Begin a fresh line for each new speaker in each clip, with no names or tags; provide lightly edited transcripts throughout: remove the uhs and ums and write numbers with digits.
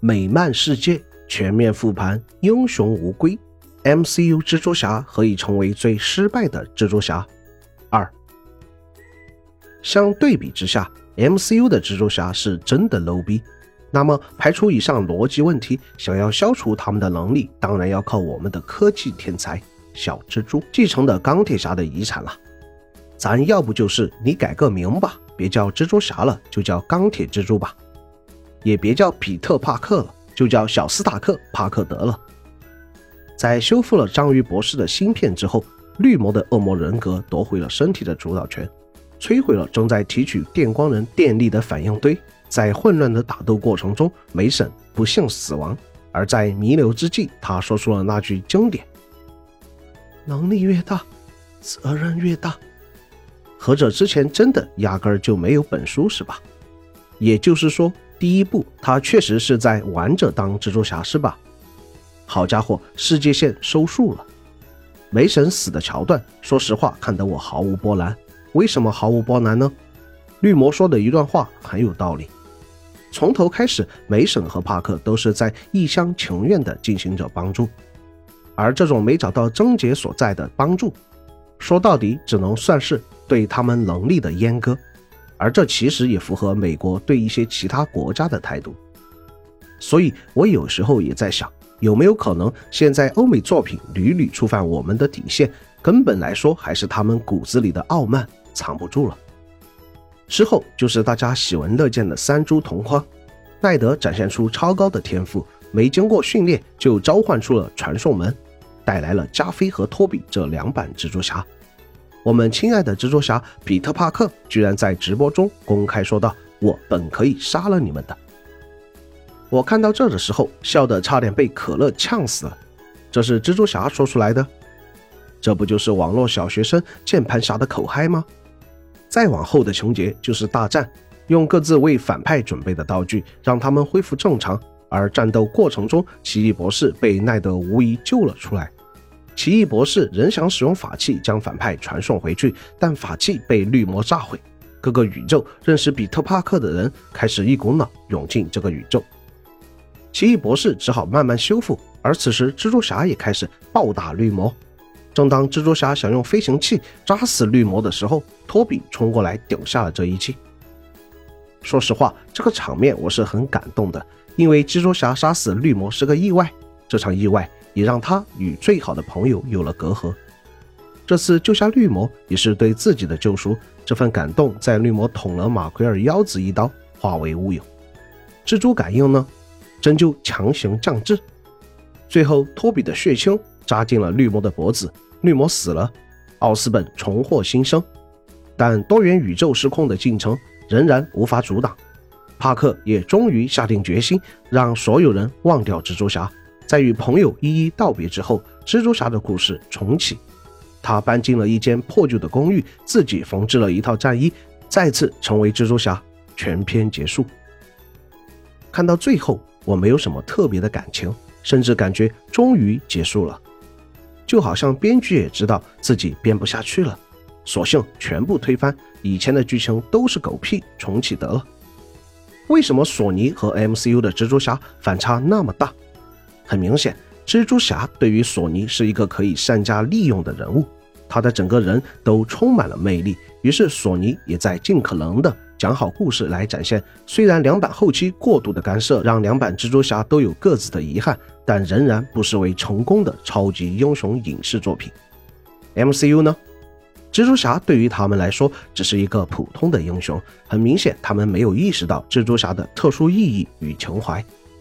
美漫世界全面复盘英雄无归 MCU 蜘蛛侠何以成为最失败的蜘蛛侠2。相对比之下， MCU 的蜘蛛侠是真的 low 逼。那么排除以上逻辑问题，想要消除他们的能力，当然要靠我们的科技天才小蜘蛛继承的钢铁侠的遗产了。咱要不就是你改个名吧，别叫蜘蛛侠了，就叫钢铁蜘蛛吧，也别叫彼特帕克了，就叫小斯塔克帕克德了。在修复了章鱼博士的芯片之后，绿魔的恶魔人格夺回了身体的主导权，摧毁了正在提取电光人电力的反应堆。在混乱的打斗过程中，梅婶不幸死亡，而在弥留之际，他说出了那句经典：能力越大，责任越大。何者之前真的压根儿就没有本书是吧？也就是说，第一部他确实是在玩着当蜘蛛侠是吧？好家伙，世界线收束了。梅婶死的桥段，说实话看得我毫无波澜。为什么毫无波澜呢？绿魔说的一段话很有道理。从头开始，梅婶和帕克都是在一厢情愿地进行着帮助，而这种没找到症结所在的帮助，说到底只能算是对他们能力的阉割，而这其实也符合美国对一些其他国家的态度。所以我有时候也在想，有没有可能现在欧美作品屡屡触犯我们的底线，根本来说还是他们骨子里的傲慢藏不住了。之后就是大家喜闻乐见的三蛛同框，奈德展现出超高的天赋，没经过训练就召唤出了传送门，带来了加菲和托比这2版蜘蛛侠。我们亲爱的蜘蛛侠彼特帕克居然在直播中公开说道：我本可以杀了你们的。我看到这的时候笑得差点被可乐呛死了。这是蜘蛛侠说出来的？这不就是网络小学生键盘侠的口嗨吗？再往后的情节就是大战，用各自为反派准备的道具让他们恢复正常，而战斗过程中奇异博士被奈德无疑救了出来。奇异博士仍想使用法器将反派传送回去，但法器被绿魔炸毁。各个宇宙认识彼特帕克的人开始一股脑涌进这个宇宙，奇异博士只好慢慢修复，而此时蜘蛛侠也开始暴打绿魔。正当蜘蛛侠想用飞行器扎死绿魔的时候，托比冲过来顶下了这一击。说实话，这个场面我是很感动的，因为蜘蛛侠杀死绿魔是个意外，这场意外也让他与最好的朋友有了隔阂。这次救下绿魔也是对自己的救赎，这份感动在绿魔捅了马奎尔腰子一刀化为乌有。蜘蛛感应呢？针灸强行降智。最后托比的血清扎进了绿魔的脖子，绿魔死了，奥斯本重获新生。但多元宇宙失控的进程仍然无法阻挡，帕克也终于下定决心让所有人忘掉蜘蛛侠。在与朋友一一道别之后，蜘蛛侠的故事重启。他搬进了一间破旧的公寓，自己缝制了一套战衣，再次成为蜘蛛侠。全篇结束。看到最后，我没有什么特别的感情，甚至感觉终于结束了，就好像编剧也知道自己编不下去了，索性全部推翻，以前的剧情都是狗屁，重启得了。为什么索尼和 MCU 的蜘蛛侠反差那么大？很明显，蜘蛛侠对于索尼是一个可以善加利用的人物，他的整个人都充满了魅力，于是索尼也在尽可能的讲好故事来展现。虽然2版后期过度的干涉让2版蜘蛛侠都有各自的遗憾，但仍然不失为成功的超级英雄影视作品。 MCU 呢？蜘蛛侠对于他们来说只是一个普通的英雄，很明显他们没有意识到蜘蛛侠的特殊意义与情怀。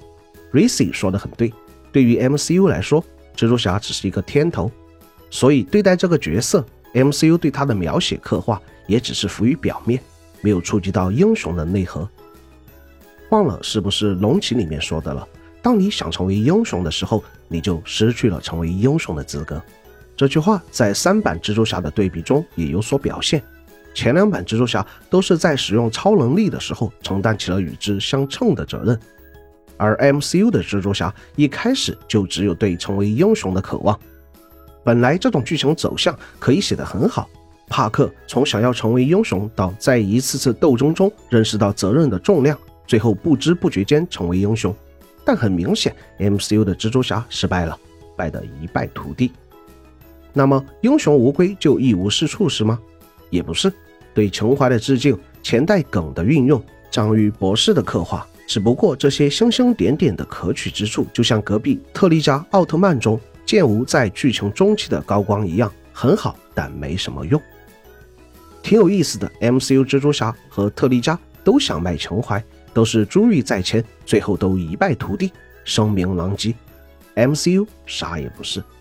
Ricy 说得很对，对于 MCU 来说，蜘蛛侠只是一个天头，所以对待这个角色， MCU 对他的描写刻画也只是浮于表面，没有触及到英雄的内核。忘了是不是龙骑里面说的了，当你想成为英雄的时候，你就失去了成为英雄的资格。这句话在3版蜘蛛侠的对比中也有所表现，前2版蜘蛛侠都是在使用超能力的时候承担起了与之相称的责任，而 MCU 的蜘蛛侠一开始就只有对成为英雄的渴望。本来这种剧情走向可以写得很好，帕克从想要成为英雄到在一次次斗争中认识到责任的重量，最后不知不觉间成为英雄。 但很明显 MCU 的蜘蛛侠失败了，败得一败涂地。那么英雄无归就一无是处是吗？也不是，对情怀的致敬、前代梗的运用、章鱼博士的刻画，只不过这些星星点点的可取之处，就像隔壁特利迦奥特曼中剑无在剧情中期的高光一样，很好，但没什么用。挺有意思的 MCU 蜘蛛侠和特利迦都想卖情怀，都是珠玉在前，最后都一败涂地，声名狼藉。MCU 啥也不是。